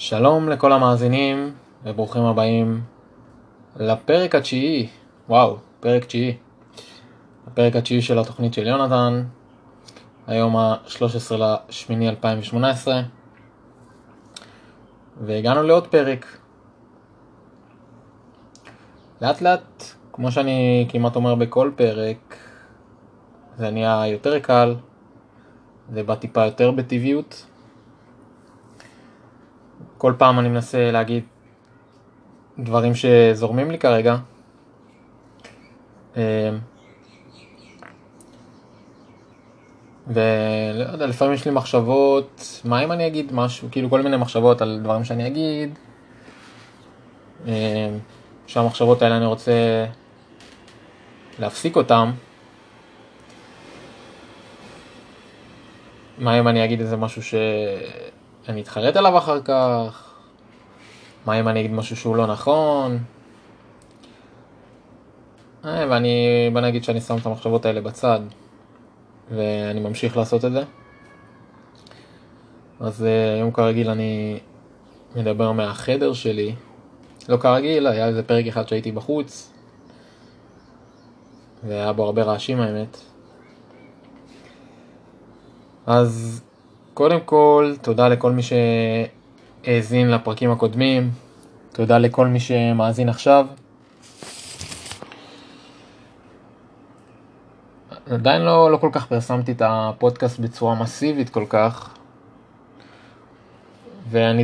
שלום לכל המאזינים וברוכים הבאים לפרק התשיעי. וואו, פרק תשיעי. הפרק התשיעי של התוכנית של יונתן. היום ה-13/8/2018 והגענו לעוד פרק. לאט לאט, כמו שאני כמעט אומר בכל פרק, זה נהיה יותר קל, זה בא טיפה יותר בטבעיות. כל פעם אני מנסה להגיד דברים שזורמים לי כרגע. ולא יודע, לפעמים יש לי מחשבות, מה אם אני אגיד משהו, כאילו כל מיני מחשבות על דברים שאני אגיד. שהמחשבות האלה אני רוצה להפסיק אותם. מה אם אני אגיד איזה משהו שאני אתחרט עליו אחר כך? מה אם אני אגיד משהו שהוא לא נכון? בוא נגיד שאני שם את המחשבות האלה בצד ואני ממשיך לעשות את זה. אז היום כרגיל אני מדבר מהחדר שלי. לא כרגיל, היה איזה פרק אחד שהייתי בחוץ והיה בו הרבה רעשים האמת. אז קודם כל, תודה לכל מי שהאזין לפרקים הקודמים. תודה לכל מי שמאזין עכשיו. עדיין לא כל כך פרסמתי את הפודקאסט בצורה מסיבית כל כך. ואני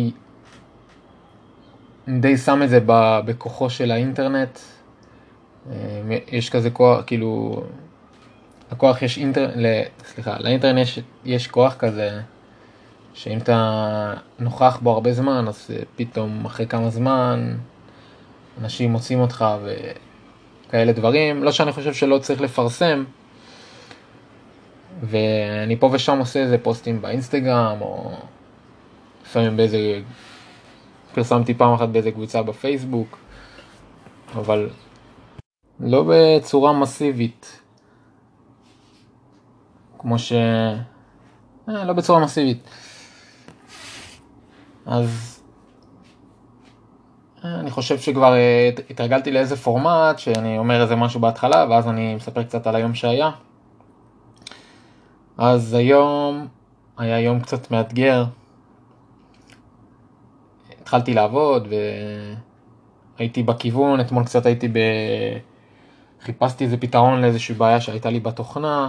די שם את זה בכוחו של האינטרנט. יש כזה כוח, כאילו, הכוח יש לאינטרנט יש כוח כזה, שאם אתה נוכח בו הרבה זמן, אז פתאום אחרי כמה זמן אנשים מוצאים אותך וכאלה דברים. לא שאני חושב שלא צריך לפרסם, ואני פה ושם עושה איזה פוסטים באינסטגרם, או לפעמים פרסמתי פעם אחת באיזה קבוצה בפייסבוק, אבל לא בצורה מסיבית, לא בצורה מסיבית. אז אני חושב שכבר התרגלתי לאיזה פורמט שאני אומר איזה משהו בהתחלה ואז אני מספר קצת על היום שהיה. אז היום היה יום קצת מאתגר. התחלתי לעבוד והייתי בכיוון. אתמול קצת חיפשתי איזה פתרון לאיזושהי בעיה שהייתה לי בתוכנה.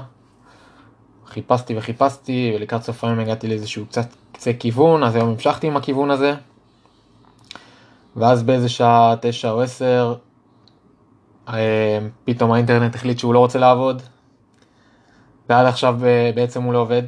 חיפשתי ולקראת סוף היום הגעתי לאיזשהו קצת קצה כיוון. אז היום המשכתי עם הכיוון הזה, ואז באיזה שעה 9 או 10 פתאום האינטרנט החליט שהוא לא רוצה לעבוד, ועד עכשיו בעצם הוא לא עובד.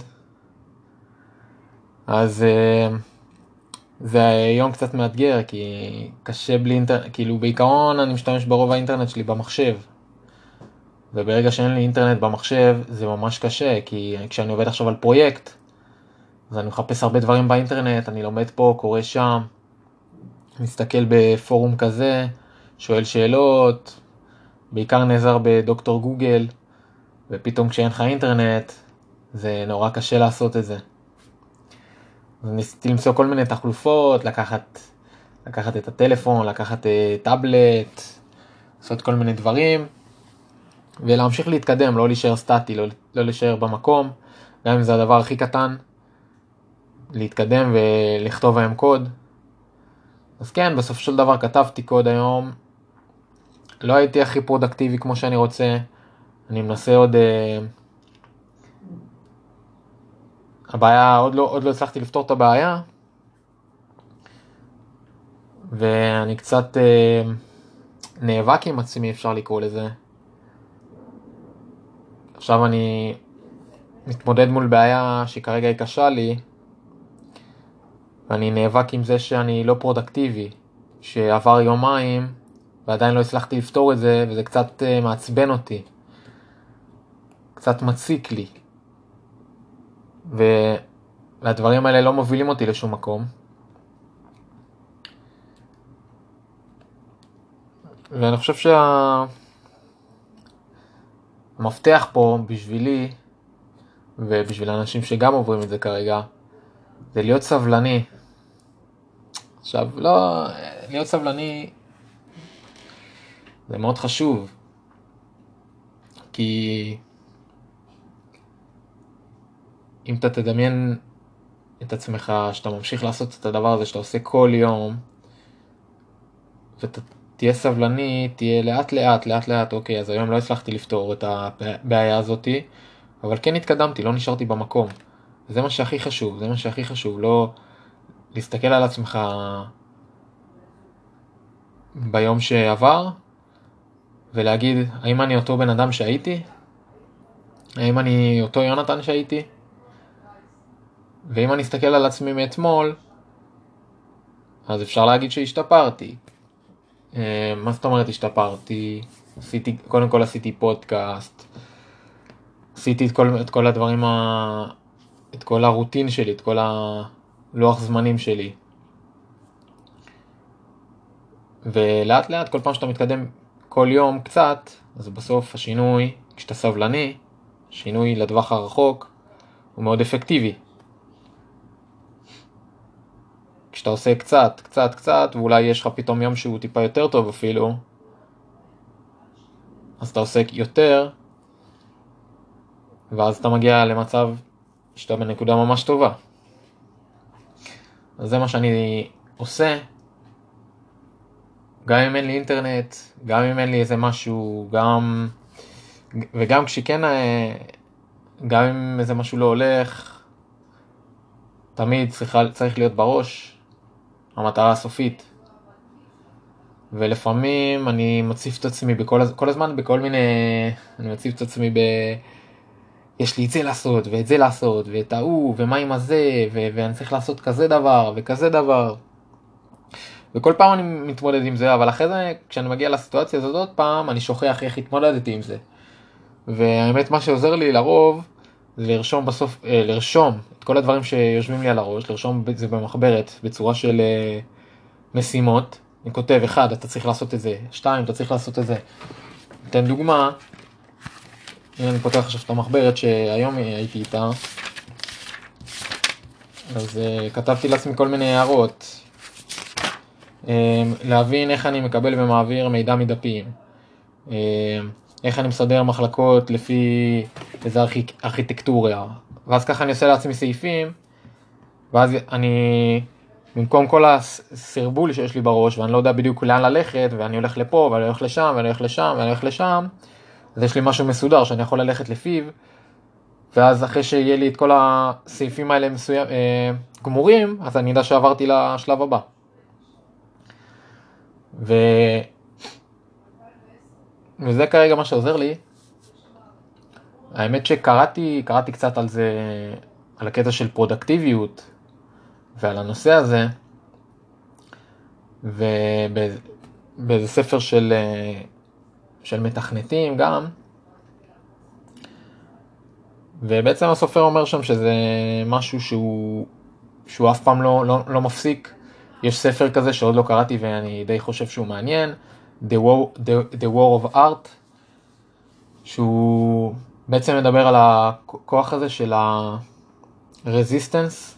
אז זה יום קצת מאתגר, כי קשה בלי אינטרנט. כאילו בעיקרון אני משתמש ברוב האינטרנט שלי במחשב, וברגע שאין לי אינטרנט במחשב זה ממש קשה, כי כשאני עובד עכשיו על פרויקט אז אני מחפש הרבה דברים באינטרנט, אני לומד פה, קורא שם, מסתכל בפורום כזה, שואל שאלות, בעיקר נעזר בדוקטור גוגל, ופתאום כשאין לך אינטרנט זה נורא קשה לעשות את זה. אז ניסיתי למצוא כל מיני תחלופות, לקחת את הטלפון, לקחת טאבלט, לעשות כל מיני דברים ולהמשיך להתקדם, לא להישאר סטטי, לא להישאר במקום, גם אם זה הדבר הכי קטן, להתקדם ולכתוב היום קוד. אז כן, בסופו של דבר כתבתי קוד היום. לא הייתי הכי פרודקטיבי כמו שאני רוצה. אני מנסה הבעיה, עוד לא הצלחתי לפתור את הבעיה. ואני קצת נאבק עם עצמי, אפשר לקרוא לזה. עכשיו אני מתמודד מול בעיה שכרגע היא קשה לי, ואני נאבק עם זה שאני לא פרודקטיבי, שעבר יומיים ועדיין לא הצלחתי לפתור את זה, וזה קצת מעצבן אותי, קצת מציק לי, והדברים האלה לא מובילים אותי לשום מקום. ואני חושב שהמפתח פה בשבילי ובשביל האנשים שגם עוברים את זה כרגע, זה להיות סבלני. עכשיו, לא, להיות סבלני זה מאוד חשוב, כי אם אתה תדמיין את עצמך שאתה ממשיך לעשות את הדבר הזה שאתה עושה כל יום, ואתה תהיה סבלני, תהיה לאט לאט, אוקיי, אז היום לא הצלחתי לפתור את הבעיה הזאת, אבל כן התקדמתי, לא נשארתי במקום. זה מה שהכי חשוב, לא להסתכל על עצמך ביום שעבר, ולהגיד, האם אני אותו בן אדם שהייתי? האם אני אותו יונתן שהייתי? ואם אני אסתכל על עצמי מאתמול, אז אפשר להגיד שהשתפרתי. מה זאת אומרת השתפרתי? קודם כל עשיתי פודקאסט, עשיתי את כל הדברים, את כל הרוטין שלי, את כל הלוח זמנים שלי. ולאט לאט, כל פעם שאתה מתקדם כל יום קצת, אז בסוף השינוי, כשאתה סבלני, שינוי לטווח הרחוק, הוא מאוד אפקטיבי. כשאתה עושה קצת, ואולי יש לך פתאום יום שהוא טיפה יותר טוב אפילו, אז אתה עושה יותר, ואז אתה מגיע למצב שאתה בנקודה ממש טובה. אז זה מה שאני עושה, גם אם אין לי אינטרנט, גם אם אין לי איזה משהו, וגם כשכן, גם אם איזה משהו לא הולך, תמיד צריך להיות בראש המטרה הסופית. ולפעמים אני מציף את עצמי כל הזמן בכל מיני, אני מציף את עצמי יש לי את זה לעשות, ואת זה לעשות, ואת ההוא, ומה עם הזה, ואני צריך לעשות כזה דבר, וכזה דבר. וכל פעם אני מתמודד עם זה, אבל אחרי זה, כשאני מגיע לסיטואציה הזאת עוד פעם, אני שוכח איך התמודדתי עם זה. והאמת, מה שעוזר לי לרוב, זה לרשום בסוף, לרשום את כל הדברים שיושבים לי על הראש, לרשום את זה במחברת, בצורה של משימות. אני כותב, 1, אתה צריך לעשות את זה, 2, אתה צריך לעשות את זה. אתן דוגמה, הנה אני פותח עכשיו את המחברת שהיום הייתי איתה, אז כתבתי לעצמי כל מיני הערות. להבין איך אני מקבל ומעביר מידע מדפים. איך אני מסדר מחלקות לפי איזה ארכיטקטורה. ואז ככה אני עושה לעצמי סעיפים, ואז אני, במקום כל הסרבול שיש לי בראש, ואני לא יודע בדיוק לאן ללכת, ואני הולך לפה, ואני הולך לשם, ואני הולך לשם, ואני הולך לשם, אז יש לי משהו מסודר שאני יכול ללכת לפיו, ואז אחרי שיהיה לי את כל הסעיפים האלה גמורים, אז אני יודע שעברתי לשלב הבא. וזה כרגע מה שעוזר לי. האמת שקראתי קצת על זה, על הקטע של פרודקטיביות, ועל הנושא הזה, ובאיזה ספר של מתכנתים גם, ובעצם הסופר אומר שם שזה משהו שהוא אף פעם לא מפסיק. יש ספר כזה שעוד לא קראתי ואני די חושב שהוא מעניין, The War of Art, שהוא בעצם מדבר על הכוח הזה של ה-resistance,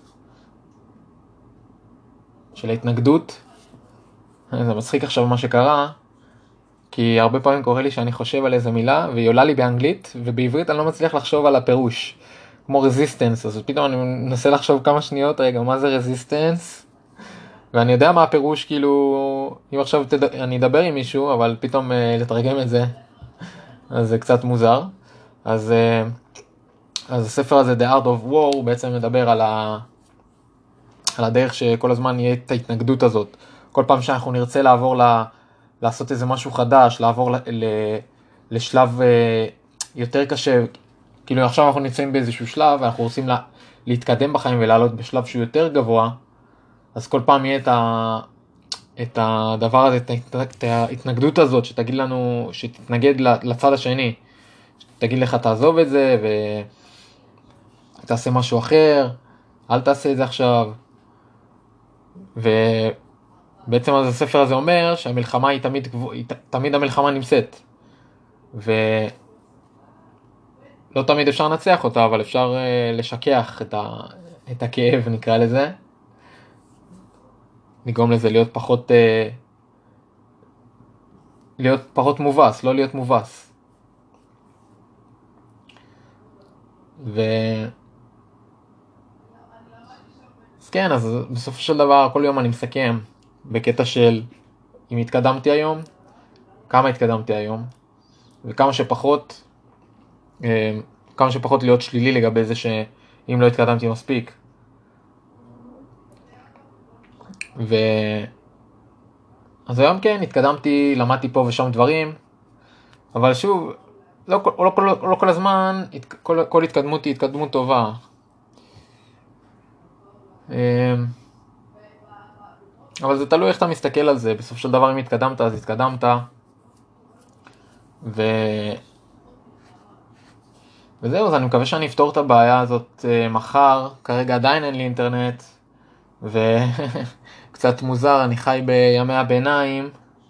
של ההתנגדות. זה מצחיק עכשיו מה שקרה, כי הרבה פעמים קורה לי שאני חושב על איזה מילה, והיא עולה לי באנגלית, ובעברית אני לא מצליח לחשוב על הפירוש. כמו resistance, אז פתאום אני מנסה לחשוב כמה שניות, רגע, מה זה resistance? ואני יודע מה הפירוש, כאילו, אם עכשיו אני אדבר עם מישהו, אבל פתאום לתרגם את זה, אז זה קצת מוזר. אז הספר הזה, The Art of War, הוא בעצם מדבר על הדרך שכל הזמן יהיה את ההתנגדות הזאת. כל פעם שאנחנו נרצה לעשות איזה משהו חדש, לעבור לשלב יותר קשה, כאילו עכשיו אנחנו נמצאים באיזשהו שלב, ואנחנו רוצים להתקדם בחיים ולעלות בשלב שהוא יותר גבוה, אז כל פעם יהיה את הדבר הזה, את ההתנגדות הזאת, שתגיד לנו, שתתנגד לצד השני, שתגיד לך תעזוב את זה ותעשה משהו אחר, אל תעשה את זה עכשיו. ובעצם אז הספר הזה אומר שהמלחמה היא תמיד המלחמה נמצאת, ולא תמיד אפשר לנצח אותה, אבל אפשר לשכח את הכאב, נקרא לזה. לגרום לזה להיות פחות מובס, לא להיות מובס. אז כן, אז בסופו של דבר כל יום אני מסכם בקטע של אם התקדמתי היום, כמה התקדמתי היום, וכמה שפחות, כמה שפחות להיות שלילי לגבי זה שאם לא התקדמתי מספיק. אז היום כן, התקדמתי, למדתי פה ושם דברים, אבל שוב, לא כל הזמן, כל התקדמות היא התקדמות טובה. אבל זה תלוי איך אתה מסתכל על זה. בסופו של דבר אם התקדמת אז התקדמת, וזהו. אז אני מקווה שאני אפתור את הבעיה הזאת מחר. כרגע עדיין אין לי אינטרנט, וקצת מוזר, אני חי בימי הביניים.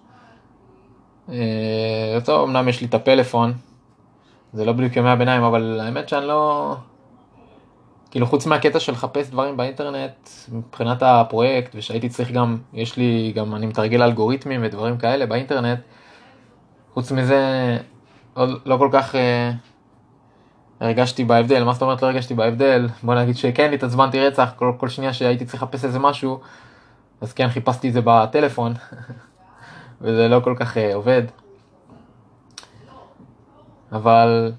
טוב, אמנם יש לי את הפלאפון, זה לא בדיוק ימי הביניים, אבל האמת שאני לא... כאילו חוץ מהקטע של לחפש דברים באינטרנט מבחינת הפרויקט, ושהייתי צריך גם, יש לי גם, אני מתרגל אלגוריתמים ודברים כאלה באינטרנט. חוץ מזה, לא כל כך הרגשתי בהבדל. מה זאת אומרת לא הרגשתי בהבדל? בוא נגיד שכן, התעצבנתי רצח, כל שנייה שהייתי צריך לחפש איזה משהו, אז כן, חיפשתי את זה בטלפון, וזה לא כל כך עובד. אבל...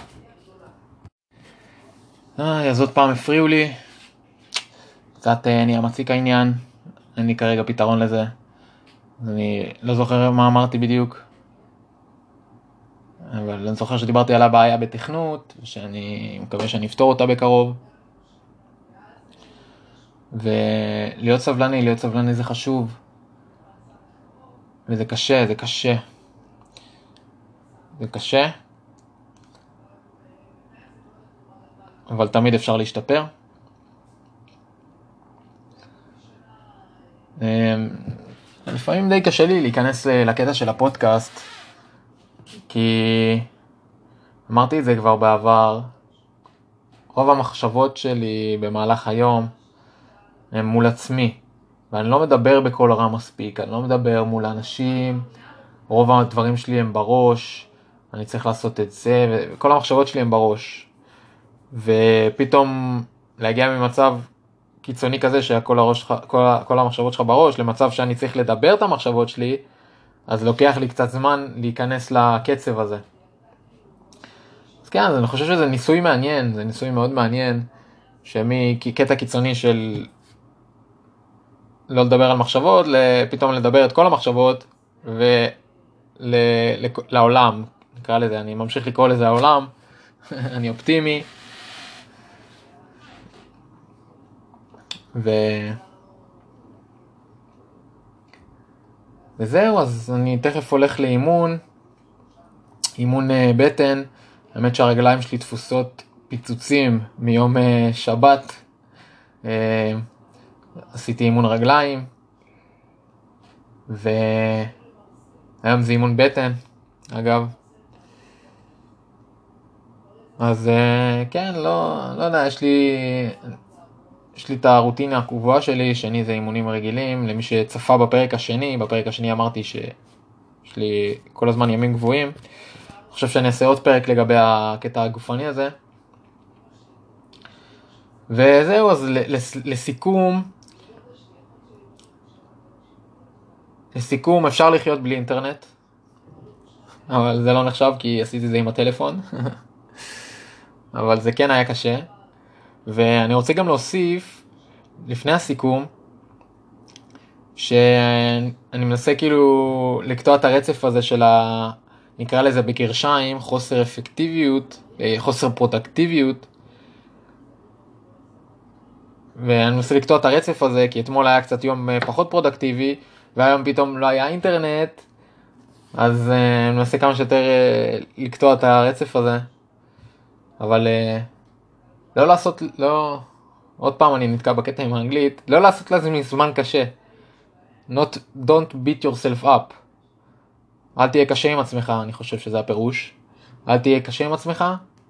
אז עוד פעם הפריעו לי. קצת נהיה מציק העניין. אין לי כרגע פתרון לזה. אני לא זוכר מה אמרתי בדיוק. אבל אני זוכר שדיברתי על הבעיה בתכנות, ושאני מקווה שאני אפתור אותה בקרוב. ולהיות סבלני זה חשוב. וזה קשה, זה קשה. זה קשה. אבל תמיד אפשר להשתפר. לפעמים די קשה לי להיכנס לקטע של הפודקאסט, כי אמרתי את זה כבר בעבר, רוב המחשבות שלי במהלך היום הם מול עצמי, ואני לא מדבר בקול רם מספיק, אני לא מדבר מול אנשים, רוב הדברים שלי הם בראש, אני צריך לעשות את זה, וכל המחשבות שלי הם בראש. ופתאום להגיע ממצב קיצוני כזה כל המחשבות שלך בראש, למצב שאני צריך לדבר את המחשבות שלי, אז לוקח לי קצת זמן להיכנס לקצב הזה. אז כן, אני חושב שזה ניסוי מעניין, זה ניסוי מאוד מעניין, שמקטע קיצוני של לא לדבר על מחשבות, פתאום לדבר את כל המחשבות, ולעולם, נקרא לזה, אני ממשיך לקרוא לזה העולם, אני אופטימי, וזהו. אז אני תכף הולך לאימון בטן. האמת שהרגליים שלי תפוסות פיצוצים מיום שבת. עשיתי אימון רגליים, והיום זה אימון בטן, אגב. אז כן, לא יודע, יש לי את הרוטינה הקבועה שלי. שני זה אימונים רגילים. למי שצפה בפרק השני אמרתי שיש לי כל הזמן ימים גבוהים. אני חושב שאני אעשה עוד פרק לגבי הקטע הגופני הזה. וזהו. אז לסיכום, אפשר לחיות בלי אינטרנט, אבל זה לא נחשב כי עשיתי זה עם הטלפון. אבל זה כן היה קשה. ואני רוצה גם להוסיף לפני הסיכום, שאני מנסה כאילו לקטוע את הרצף הזה של נקרא לזה בגרשיים, חוסר אפקטיביות, חוסר פרודקטיביות. ואני מנסה לקטוע את הרצף הזה, כי אתמול היה קצת יום פחות פרודקטיבי, והיום פתאום לא היה אינטרנט, אז אני מנסה כמה שיותר לקטוע את הרצף הזה. אבל לא לעשות, עוד פעם אני נתקע בקטע עם האנגלית, לא לעשות לזה זמן קשה. Don't beat yourself up. אל תהיה קשה עם עצמך, אני חושב שזה הפירוש. אל תהיה קשה עם עצמך.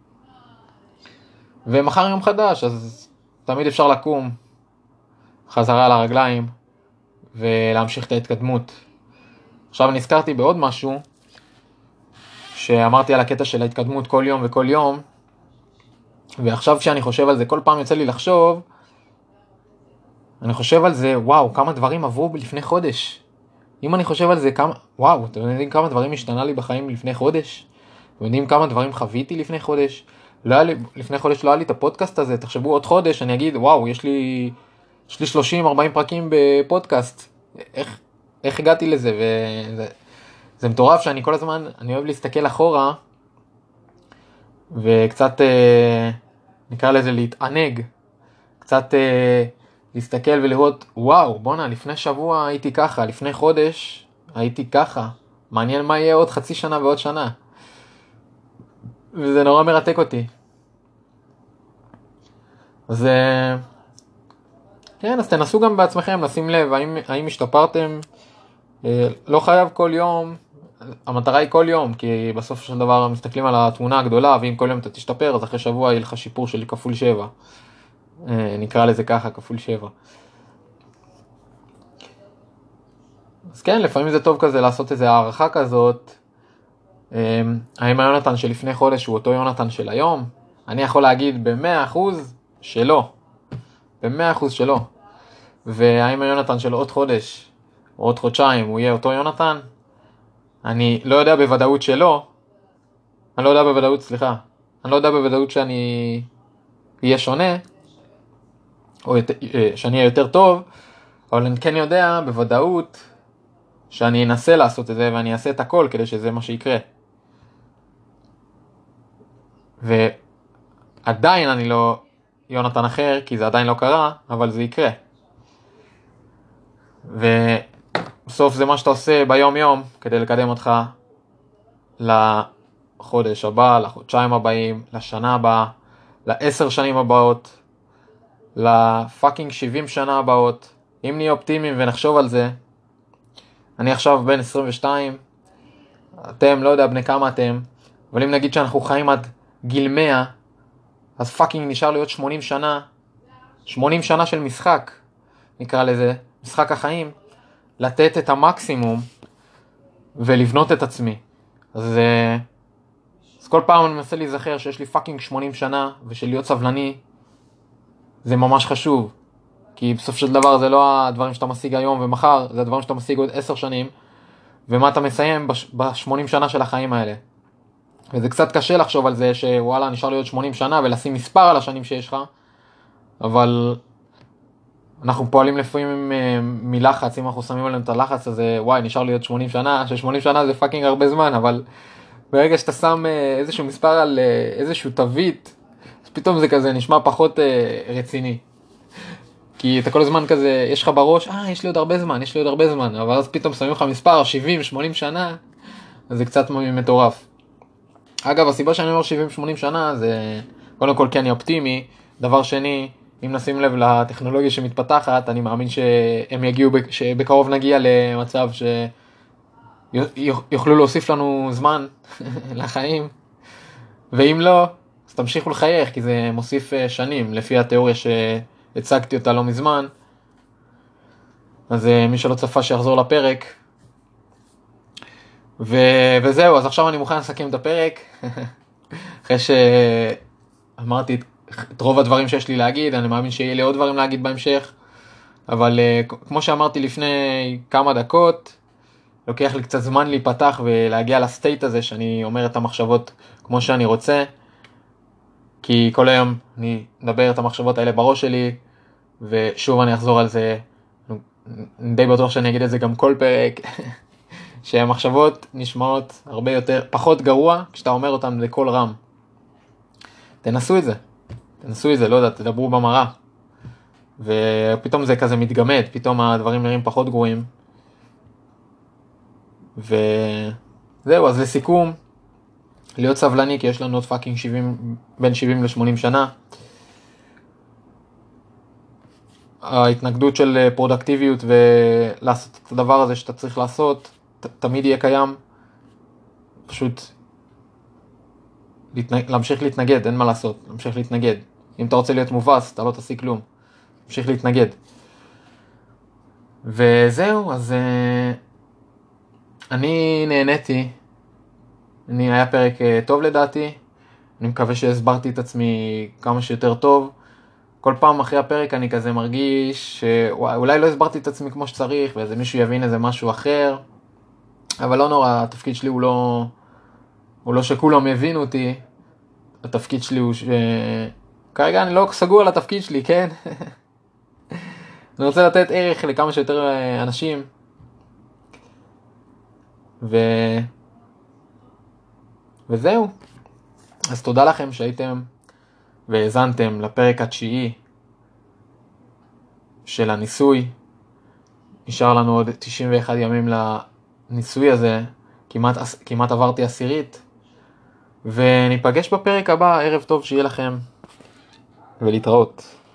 ומחר יום חדש, אז תמיד אפשר לקום חזרה על הרגליים ולהמשיך את ההתקדמות. עכשיו נזכרתי בעוד משהו, שאמרתי על הקטע של ההתקדמות כל יום וכל יום, ועכשיו כשאני חושב על זה, כל פעם יוצא לי לחשוב, אני חושב על זה, וואו, כמה דברים עברו לפני חודש. אם אני חושב על זה, וואו, אתם יודעים כמה דברים השתנה לי בחיים לפני חודש? אתם יודעים כמה דברים חוויתי לפני חודש? לפני חודש לא היה לי את הפודקאסט הזה, תחשבו עוד חודש, אני אגיד, וואו, יש לי 30-40 פרקים בפודקאסט. איך הגעתי לזה? זה מטורף שאני כל הזמן, אני אוהב להסתכל אחורה, וקצת, נקרא לזה להתענג, קצת להסתכל ולראות, וואו, בונה, לפני שבוע הייתי ככה, לפני חודש הייתי ככה, מעניין מה יהיה עוד חצי שנה ועוד שנה. וזה נורא מרתק אותי. אז כן, אז תנסו גם בעצמכם לשים לב, האם השתפרתם. לא חייב כל יום, המטרה היא כל יום, כי בסוף של דבר מסתכלים על התמונה הגדולה, ואם כל יום אתה תשתפר, אז אחרי שבוע יהיה לך שיפור של כפול 7. נקרא לזה ככה, כפול 7. אז כן, לפעמים זה טוב כזה לעשות איזו הערכה כזאת. האם היונתן שלפני חודש הוא אותו יונתן של היום? אני יכול להגיד ב100% שלא. ב100% שלא. והאם היונתן של עוד חודש או עוד חודשיים הוא יהיה אותו יונתן? אני לא יודע בוודאות שלא. אני לא יודע בוודאות שאני אהיה שונה, או שאני אהיה יותר טוב, אבל אני כן יודע בוודאות שאני אנסה לעשות את זה, ואני אעשה את הכל כדי שזה מה שיקרה. ועדיין אני לא יונתן אחר, כי זה עדיין לא קרה, אבל זה יקרה. ובסוף זה מה שאתה עושה ביום יום, כדי לקדם אותך לחודש הבא, לחודשיים הבאים, לשנה הבאה, ל10 שנים הבאות, לפאקינג 70 שנה הבאות. אם נהיה אופטימיים ונחשוב על זה, אני עכשיו בן 22, אתם לא יודע בני כמה אתם, אבל אם נגיד שאנחנו חיים עד גיל 100, אז פאקינג נשאר להיות 80 שנה, 80 שנה של משחק, נקרא לזה, משחק החיים, לתת את המקסימום ולבנות את עצמי. אז כל פעם אני מנסה להיזכר שיש לי פאקינג 80 שנה, ושלהיות סבלני זה ממש חשוב. כי בסוף של דבר זה לא הדברים שאתה משיג היום ומחר, זה הדברים שאתה משיג עוד 10 שנים, ומה אתה מסיים ב-80 שנה של החיים האלה. וזה קצת קשה לחשוב על זה שוואלה נשאר להיות 80 שנה ולשים מספר על השנים שיש לך, אבל אנחנו פועלים לפעמים מלחץ, אם אנחנו שמים עלינו את הלחץ הזה, וואי נשאר להיות 80 שנה, ש80 שנה זה פאקינג הרבה זמן, אבל ברגע שאתה שם איזשהו מספר על איזשהו תווית, אז פתאום זה כזה נשמע פחות רציני. כי אתה כל הזמן כזה, יש לך בראש, יש לי עוד הרבה זמן, אבל אז פתאום שמים לך מספר 70, 80 שנה, אז זה קצת מטורף. אגב, הסיבה שאני אומר 70-80 שנה זה, קודם כל כי אני אופטימי. דבר שני, אם נשים לב לטכנולוגיה שמתפתחת, אני מאמין שהם יגיעו, שבקרוב נגיע למצב שיוכלו להוסיף לנו זמן לחיים. ואם לא, אז תמשיכו לחייך, כי זה מוסיף שנים, לפי התיאוריה שהצגתי אותה לא מזמן. אז מי שלא צפה שיחזור לפרק. וזהו, אז עכשיו אני מוכן לסכם את הפרק. אחרי שאמרתי את רוב הדברים שיש לי להגיד, אני מאמין שיהיה לי עוד דברים להגיד בהמשך. אבל כמו שאמרתי לפני כמה דקות, לוקח לי קצת זמן להיפתח ולהגיע לסטייט הזה שאני אומר את המחשבות כמו שאני רוצה. כי כל היום אני מדבר את המחשבות האלה בראש שלי, ושוב אני אחזור על זה. אני די בטוח שאני אגיד את זה גם כל פרק. שהמחשבות נשמעות הרבה יותר, פחות גרוע כשאתה אומר אותם לכל רם. תנסו את זה, לא יודע, תדברו במראה. ופתאום זה כזה מתגמד, פתאום הדברים נראים פחות גרועים. וזהו, אז לסיכום, להיות סבלני, כי יש לנו עוד פאקינג בין 70 ל-80 שנה. ההתנגדות של פרודקטיביות ולעשות את הדבר הזה שאתה צריך לעשות, תמיד יהיה קיים. פשוט להמשיך להתנגד, אין מה לעשות, להמשיך להתנגד. אם אתה רוצה להיות מובס, אתה לא תעשי כלום. להמשיך להתנגד. וזהו, אז אני נהניתי, היה פרק טוב לדעתי, אני מקווה שהסברתי את עצמי כמה שיותר טוב. כל פעם אחרי הפרק אני כזה מרגיש שאולי לא הסברתי את עצמי כמו שצריך, ואיזה מישהו יבין איזה משהו אחר, אבל לא נורא, התפקיד שלי הוא לא שכולם יבינו אותי, התפקיד שלי הוא כרגע אני לא סגור על התפקיד שלי, כן? אני רוצה לתת ערך לכמה שיותר אנשים, וזהו. אז תודה לכם שהייתם והאזנתם לפרק התשיעי של הניסוי. נשאר לנו עוד 91 ימים לניסוי הזה, כמעט עברתי 10, וניפגש בפרק הבא. ערב טוב שיהיה לכם, ולהתראות.